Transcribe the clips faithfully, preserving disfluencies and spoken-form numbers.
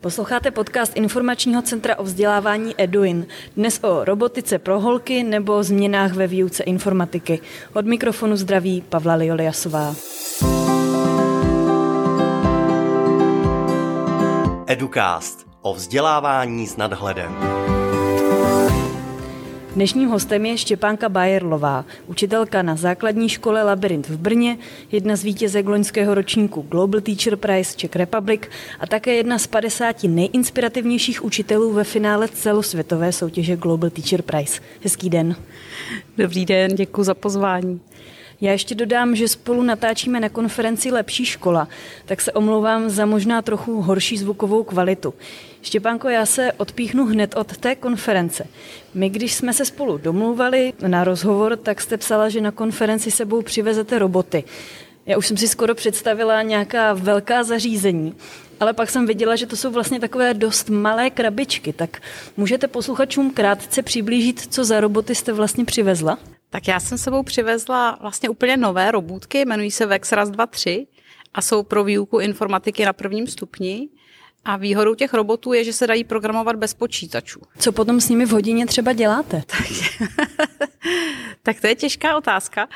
Posloucháte podcast Informačního centra o vzdělávání Eduin. Dnes o robotice pro holky nebo změnách ve výuce informatiky. Od mikrofonu zdraví Pavla Lioliasová. Educast o vzdělávání s nadhledem. Dnešním hostem je Štěpánka Bajerlová, učitelka na základní škole Labyrint v Brně, jedna z vítězek loňského ročníku Global Teacher Prize Czech Republic a také jedna z padesáti nejinspirativnějších učitelů ve finále celosvětové soutěže Global Teacher Prize. Hezký den. Dobrý den, děkuji za pozvání. Já ještě dodám, že spolu natáčíme na konferenci Lepší škola, tak se omlouvám za možná trochu horší zvukovou kvalitu. Štěpánko, já se odpíchnu hned od té konference. My, když jsme se spolu domluvali na rozhovor, tak jste psala, že na konferenci sebou přivezete roboty. Já už jsem si skoro představila nějaká velká zařízení, ale pak jsem viděla, že to jsou vlastně takové dost malé krabičky. Tak můžete posluchačům krátce přiblížit, co za roboty jste vlastně přivezla? Tak já jsem sebou přivezla vlastně úplně nové robůtky, jmenují se Vex raz, dva, tři a jsou pro výuku informatiky na prvním stupni. A výhodou těch robotů je, že se dají programovat bez počítačů. Co potom s nimi v hodině třeba děláte? Tak, tak to je těžká otázka.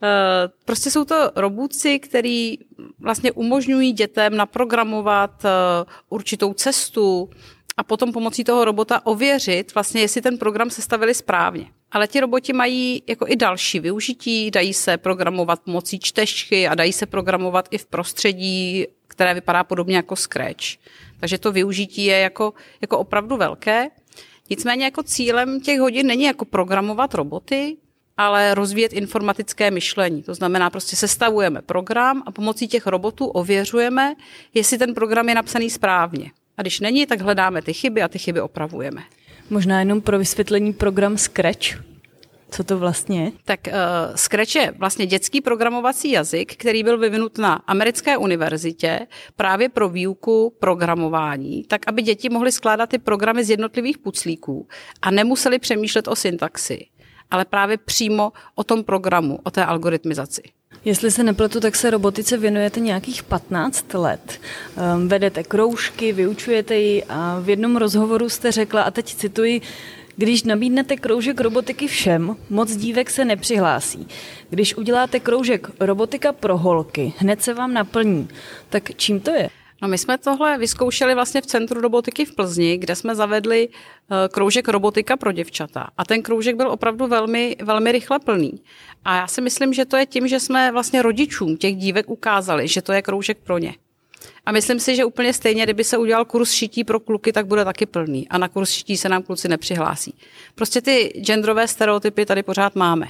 Prostě jsou to robůtci, který vlastně umožňují dětem naprogramovat určitou cestu a potom pomocí toho robota ověřit, vlastně, jestli ten program sestavili správně. Ale ti roboti mají jako i další využití, dají se programovat pomocí čtečky a dají se programovat i v prostředí, které vypadá podobně jako Scratch. Takže to využití je jako, jako opravdu velké. Nicméně jako cílem těch hodin není jako programovat roboty, ale rozvíjet informatické myšlení. To znamená, prostě sestavujeme program a pomocí těch robotů ověřujeme, jestli ten program je napsaný správně. A když není, tak hledáme ty chyby a ty chyby opravujeme. Možná jenom pro vysvětlení program Scratch. Co to vlastně je? Tak uh, Scratch je vlastně dětský programovací jazyk, který byl vyvinut na americké univerzitě právě pro výuku programování, tak aby děti mohly skládat ty programy z jednotlivých puclíků a nemuseli přemýšlet o syntaxi, ale právě přímo o tom programu, o té algoritmizaci. Jestli se nepletu, tak se robotice věnujete nějakých patnáct let. Um, vedete kroužky, vyučujete ji a v jednom rozhovoru jste řekla, a teď cituji, když nabídnete kroužek robotiky všem, moc dívek se nepřihlásí. Když uděláte kroužek robotika pro holky, hned se vám naplní. Tak čím to je? No my jsme tohle vyzkoušeli vlastně v Centru robotiky v Plzni, kde jsme zavedli kroužek robotika pro děvčata. A ten kroužek byl opravdu velmi, velmi rychle plný. A já si myslím, že to je tím, že jsme vlastně rodičům těch dívek ukázali, že to je kroužek pro ně. A myslím si, že úplně stejně, kdyby se udělal kurz šití pro kluky, tak bude taky plný. A na kurz šití se nám kluci nepřihlásí. Prostě ty genderové stereotypy tady pořád máme.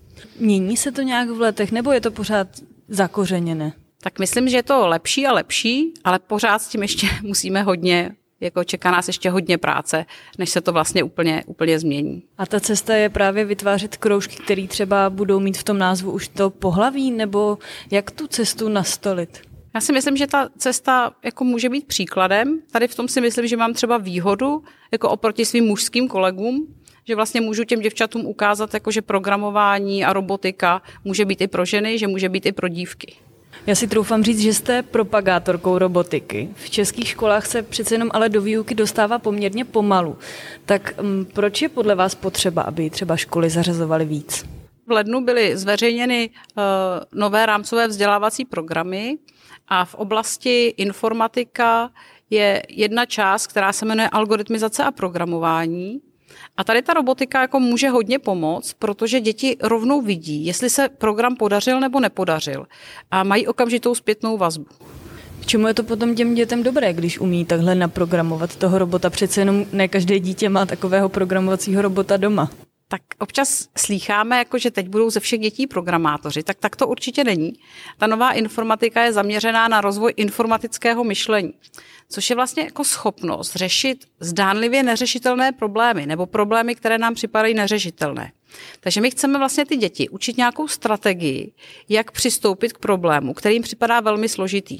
Mění se to nějak v letech, nebo je to pořád zakořeněné? Tak myslím, že je to lepší a lepší, ale pořád s tím ještě musíme hodně, jako čeká nás ještě hodně práce, než se to vlastně úplně, úplně změní. A ta cesta je právě vytvářet kroužky, které třeba budou mít v tom názvu už to pohlaví, nebo jak tu cestu nastolit? Já si myslím, že ta cesta jako může být příkladem. Tady v tom si myslím, že mám třeba výhodu jako oproti svým mužským kolegům, že vlastně můžu těm děvčatům ukázat, jako že programování a robotika může být i pro ženy, že může být i pro dívky. Já si troufám říct, že jste propagátorkou robotiky. V českých školách se přece jenom ale do výuky dostává poměrně pomalu. Tak um, proč je podle vás potřeba, aby třeba školy zařazovaly víc? V lednu byly zveřejněny uh, nové rámcové vzdělávací programy a v oblasti informatika je jedna část, která se jmenuje algoritmizace a programování. A tady ta robotika jako může hodně pomoct, protože děti rovnou vidí, jestli se program podařil nebo nepodařil a mají okamžitou zpětnou vazbu. K čemu je to potom těm dětem dobré, když umí takhle naprogramovat toho robota? Přece jenom ne každé dítě má takového programovacího robota doma. Tak občas slýcháme, jako že teď budou ze všech dětí programátoři, tak tak to určitě není. Ta nová informatika je zaměřená na rozvoj informatického myšlení, což je vlastně jako schopnost řešit zdánlivě neřešitelné problémy nebo problémy, které nám připadají neřešitelné. Takže my chceme vlastně ty děti učit nějakou strategii, jak přistoupit k problému, který jim připadá velmi složitý.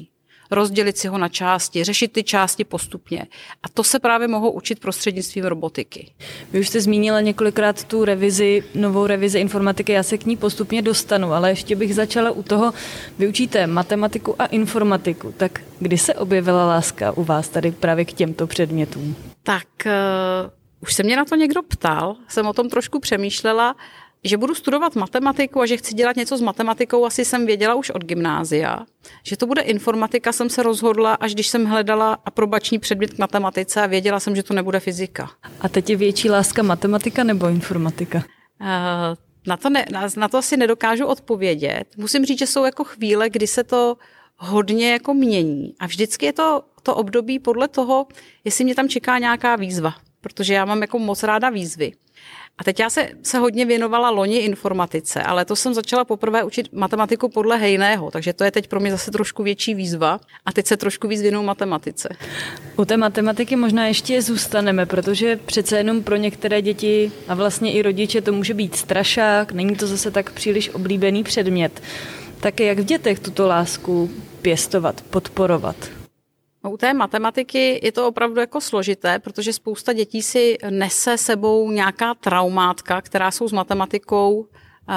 rozdělit si ho na části, řešit ty části postupně. A to se právě mohou učit prostřednictvím robotiky. Vy už jste zmínila několikrát tu revizi, novou revizi informatiky, já se k ní postupně dostanu, ale ještě bych začala u toho, vy učíte matematiku a informatiku, tak kdy se objevila láska u vás tady právě k těmto předmětům? Tak uh, už se mě na to někdo ptal, jsem o tom trošku přemýšlela, že budu studovat matematiku a že chci dělat něco s matematikou, asi jsem věděla už od gymnázia. Že to bude informatika, jsem se rozhodla, až když jsem hledala aprobační předmět k matematice a věděla jsem, že to nebude fyzika. A teď je větší láska matematika nebo informatika? Uh, na, to ne, na, na to asi nedokážu odpovědět. Musím říct, že jsou jako chvíle, kdy se to hodně jako mění. A vždycky je to, to období podle toho, jestli mě tam čeká nějaká výzva. Protože já mám jako moc ráda výzvy. A teď já se, se hodně věnovala loni informatice, ale to jsem začala poprvé učit matematiku podle Hejného, takže to je teď pro mě zase trošku větší výzva a teď se trošku víc věnuju matematice. U té matematiky možná ještě zůstaneme, protože přece jenom pro některé děti a vlastně i rodiče to může být strašák, není to zase tak příliš oblíbený předmět. Tak jak v dětech tuto lásku pěstovat, podporovat? U té matematiky je to opravdu jako složité, protože spousta dětí si nese sebou nějaká traumátka, která jsou s matematikou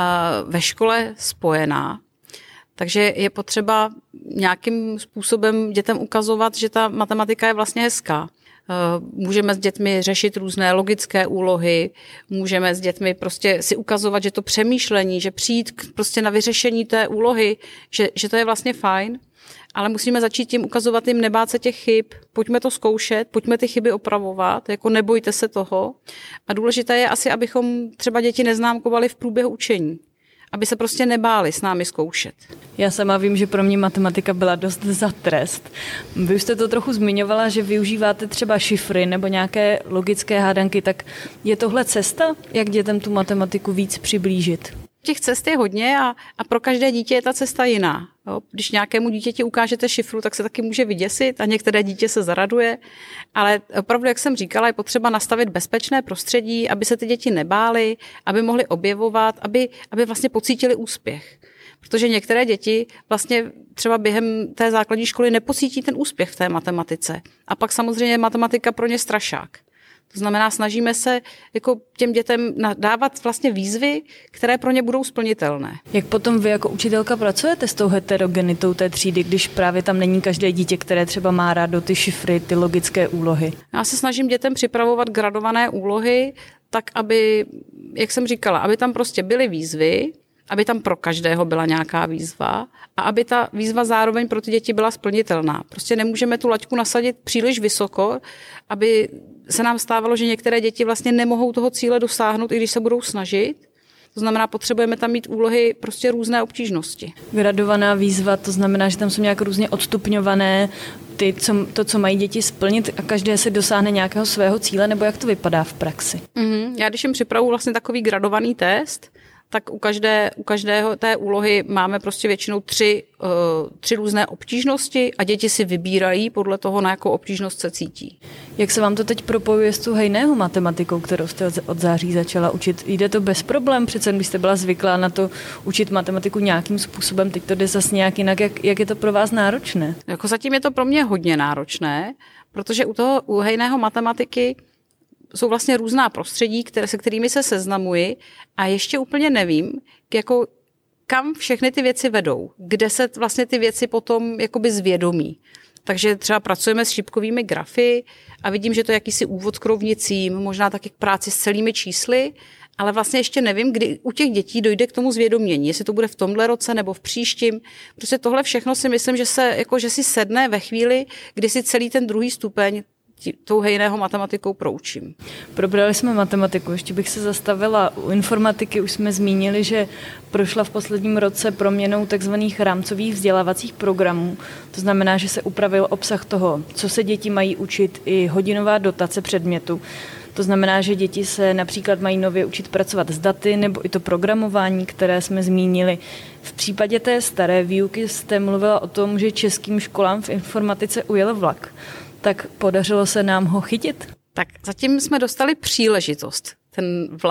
ve škole spojená. Takže je potřeba nějakým způsobem dětem ukazovat, že ta matematika je vlastně hezká. Můžeme s dětmi řešit různé logické úlohy, můžeme s dětmi prostě si ukazovat, že to přemýšlení, že přijít prostě na vyřešení té úlohy, že, že to je vlastně fajn. Ale musíme začít tím ukazovat jim, nebát se těch chyb, pojďme to zkoušet, pojďme ty chyby opravovat, jako nebojte se toho. A důležité je asi, abychom třeba děti neznámkovali v průběhu učení, aby se prostě nebáli s námi zkoušet. Já sama vím, že pro mě matematika byla dost za trest. Vy už jste to trochu zmiňovala, že využíváte třeba šifry nebo nějaké logické hádanky, tak je tohle cesta, jak dětem tu matematiku víc přiblížit? Těch cest je hodně a, a pro každé dítě je ta cesta jiná. Jo? Když nějakému dítěti ukážete šifru, tak se taky může vyděsit a některé dítě se zaraduje. Ale opravdu, jak jsem říkala, je potřeba nastavit bezpečné prostředí, aby se ty děti nebály, aby mohly objevovat, aby, aby vlastně pocítili úspěch. Protože některé děti vlastně třeba během té základní školy nepocítí ten úspěch v té matematice. A pak samozřejmě je matematika pro ně strašák. To znamená, snažíme se jako těm dětem dávat vlastně výzvy, které pro ně budou splnitelné. Jak potom vy jako učitelka pracujete s tou heterogenitou té třídy, když právě tam není každé dítě, které třeba má rádo ty šifry, ty logické úlohy? Já se snažím dětem připravovat gradované úlohy, tak aby, jak jsem říkala, aby tam prostě byly výzvy, aby tam pro každého byla nějaká výzva a aby ta výzva zároveň pro ty děti byla splnitelná. Prostě nemůžeme tu laťku nasadit příliš vysoko, aby se nám stávalo, že některé děti vlastně nemohou toho cíle dosáhnout, i když se budou snažit. To znamená, potřebujeme tam mít úlohy prostě různé obtížnosti. Gradovaná výzva, to znamená, že tam jsou nějak různě odstupňované ty, co, to, co mají děti splnit a každé se dosáhne nějakého svého cíle, nebo jak to vypadá v praxi? Mm-hmm. Já když jim připravuji vlastně takový gradovaný test, tak u každé, u každého té úlohy máme prostě většinou tři, uh, tři různé obtížnosti a děti si vybírají podle toho, na jakou obtížnost se cítí. Jak se vám to teď propojuje s tu Hejného matematikou, kterou jste od září začala učit? Jde to bez problém? Přece když jste byla zvyklá na to učit matematiku nějakým způsobem, teď to jde zase nějak jinak. Jak, jak je to pro vás náročné? Jako zatím je to pro mě hodně náročné, protože u toho u Hejného matematiky jsou vlastně různá prostředí, které, se kterými se seznamuji a ještě úplně nevím, jako, kam všechny ty věci vedou, kde se vlastně ty věci potom jakoby zvědomí. Takže třeba pracujeme s šipkovými grafy a vidím, že to je jakýsi úvod k rovnicím, možná taky k práci s celými čísly, ale vlastně ještě nevím, kdy u těch dětí dojde k tomu zvědomění, jestli to bude v tomhle roce nebo v příštím. Prostě tohle všechno si myslím, že, se, jako, že si sedne ve chvíli, kdy si celý ten druhý stupeň tou Hejného matematikou proučím. Probrali jsme matematiku, ještě bych se zastavila. U informatiky už jsme zmínili, že prošla v posledním roce proměnou takzvaných rámcových vzdělávacích programů. To znamená, že se upravil obsah toho, co se děti mají učit, i hodinová dotace předmětu. To znamená, že děti se například mají nově učit pracovat s daty nebo i to programování, které jsme zmínili. V případě té staré výuky jste mluvila o tom, že českým školám v informatice ujel vlak. Tak podařilo se nám ho chytit? Tak zatím jsme dostali příležitost ten vlak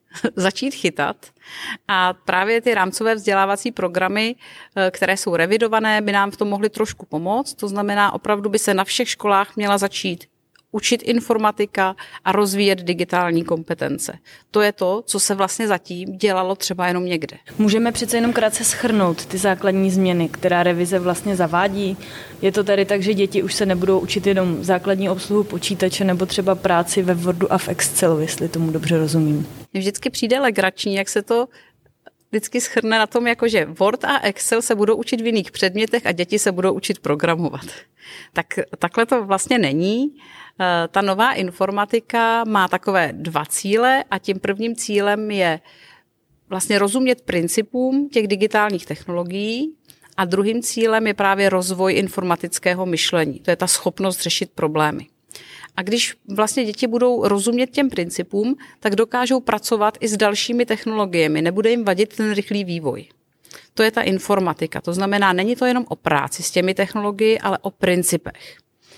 začít chytat. A právě ty rámcové vzdělávací programy, které jsou revidované, by nám v tom mohly trošku pomoct. To znamená, opravdu by se na všech školách měla začít učit informatika a rozvíjet digitální kompetence. To je to, co se vlastně zatím dělalo třeba jenom někde. Můžeme přece jenom krátce shrnout ty základní změny, která revize vlastně zavádí. Je to tady tak, že děti už se nebudou učit jenom základní obsluhu počítače nebo třeba práci ve Wordu a v Excelu, jestli tomu dobře rozumím. Mně vždycky přijde legrační, jak se to vždycky shrne na tom, jako že Word a Excel se budou učit v jiných předmětech a děti se budou učit programovat. Tak takhle to vlastně není. Ta nová informatika má takové dva cíle a tím prvním cílem je vlastně rozumět principům těch digitálních technologií a druhým cílem je právě rozvoj informatického myšlení. To je ta schopnost řešit problémy. A když vlastně děti budou rozumět těm principům, tak dokážou pracovat i s dalšími technologiemi. Nebude jim vadit ten rychlý vývoj. To je ta informatika. To znamená, není to jenom o práci s těmi technologiemi, ale o principech.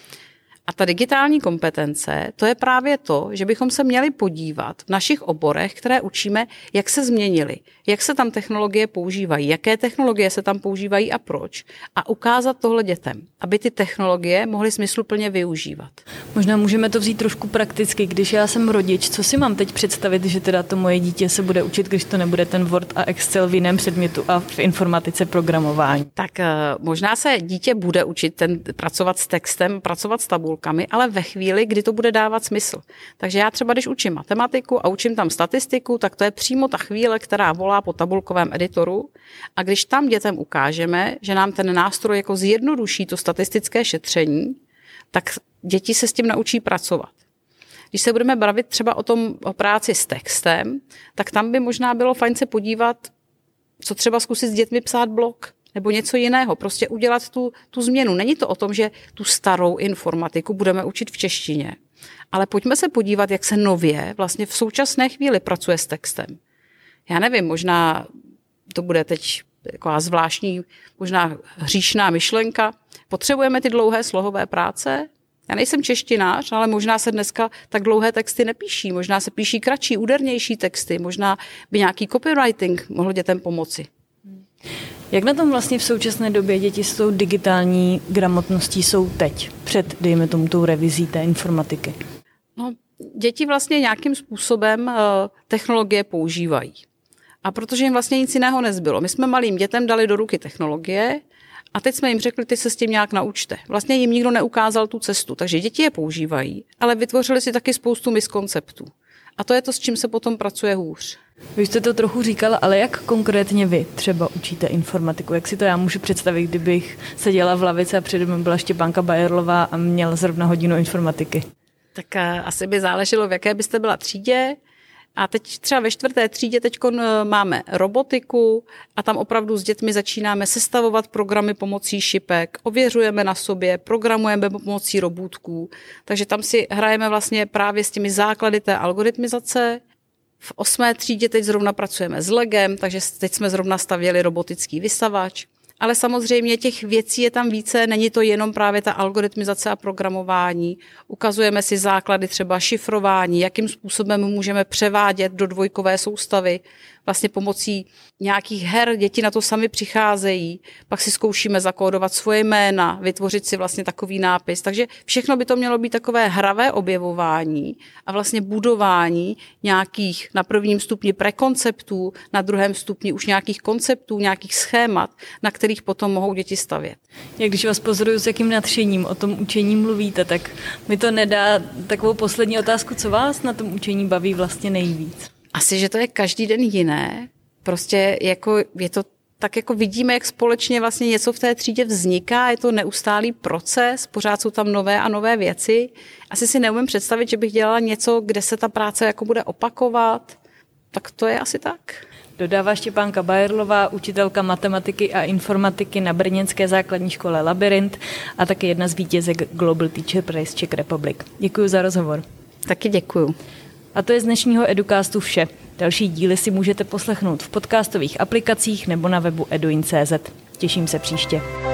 A ta digitální kompetence, to je právě to, že bychom se měli podívat v našich oborech, které učíme, jak se změnily, jak se tam technologie používají, jaké technologie se tam používají a proč. A ukázat tohle dětem, aby ty technologie mohly smysluplně využívat. Možná můžeme to vzít trošku prakticky, když já jsem rodič, co si mám teď představit, že teda to moje dítě se bude učit, když to nebude ten Word a Excel v jiném předmětu a v informatice programování? Tak možná se dítě bude učit ten, pracovat s textem, pracovat s tabulkou, ale ve chvíli, kdy to bude dávat smysl. Takže já třeba, když učím matematiku a učím tam statistiku, tak to je přímo ta chvíle, která volá po tabulkovém editoru. A když tam dětem ukážeme, že nám ten nástroj jako zjednoduší to statistické šetření, tak děti se s tím naučí pracovat. Když se budeme bavit třeba o tom o práci s textem, tak tam by možná bylo fajn se podívat, co třeba zkusit s dětmi psát blog. Nebo něco jiného, prostě udělat tu, tu změnu. Není to o tom, že tu starou informatiku budeme učit v češtině, ale pojďme se podívat, jak se nově vlastně v současné chvíli pracuje s textem. Já nevím, možná to bude teď taková zvláštní, možná hříšná myšlenka. Potřebujeme ty dlouhé slohové práce? Já nejsem češtinář, ale možná se dneska tak dlouhé texty nepíší, možná se píší kratší, údernější texty, možná by nějaký copywriting mohl dětem pomoci. Jak na tom vlastně v současné době děti s tou digitální gramotností jsou teď, před, dejme tomu, tou revizí té informatiky? No, děti vlastně nějakým způsobem uh, technologie používají. A protože jim vlastně nic jiného nezbylo. My jsme malým dětem dali do ruky technologie a teď jsme jim řekli, ty se s tím nějak naučte. Vlastně jim nikdo neukázal tu cestu, takže děti je používají, ale vytvořili si taky spoustu miskonceptů. A to je to, s čím se potom pracuje hůř. Vy jste to trochu říkala, ale jak konkrétně vy třeba učíte informatiku? Jak si to já můžu představit, kdybych seděla v lavici a přede mnou byla Štěpánka Bajerlová a měla zrovna hodinu informatiky? Tak uh, asi by záleželo, v jaké byste byla třídě. A teď třeba ve čtvrté třídě teď máme robotiku a tam opravdu s dětmi začínáme sestavovat programy pomocí šipek, ověřujeme na sobě, programujeme pomocí robůtků. Takže tam si hrajeme vlastně právě s těmi základy té algoritmizace. V osmé třídě teď zrovna pracujeme s legem, takže teď jsme zrovna stavěli robotický vysavač. Ale samozřejmě těch věcí je tam více, není to jenom právě ta algoritmizace a programování. Ukazujeme si základy třeba šifrování, jakým způsobem můžeme převádět do dvojkové soustavy. Vlastně pomocí nějakých her děti na to sami přicházejí, pak si zkoušíme zakódovat svoje jména, vytvořit si vlastně takový nápis. Takže všechno by to mělo být takové hravé objevování a vlastně budování nějakých na prvním stupni prekonceptů, na druhém stupni už nějakých konceptů, nějakých schémat, na kterých potom mohou děti stavět. Jak když vás pozoruju, s jakým nadšením o tom učení mluvíte, tak mi to nedá takovou poslední otázku, co vás na tom učení baví vlastně nejvíc? Asi, že to je každý den jiné. Prostě jako je to tak jako vidíme, jak společně vlastně něco v té třídě vzniká, je to neustálý proces, pořád jsou tam nové a nové věci. Asi si neumím představit, že bych dělala něco, kde se ta práce jako bude opakovat. Tak to je asi tak. Dodává Štěpánka Bajerlová, učitelka matematiky a informatiky na brněnské základní škole Labyrint a také jedna z vítězek Global Teacher Prize Czech Republic. Děkuji za rozhovor. Taky děkuju. A to je z dnešního Educastu vše. Další díly si můžete poslechnout v podcastových aplikacích nebo na webu eduin tečka cé zet. Těším se příště.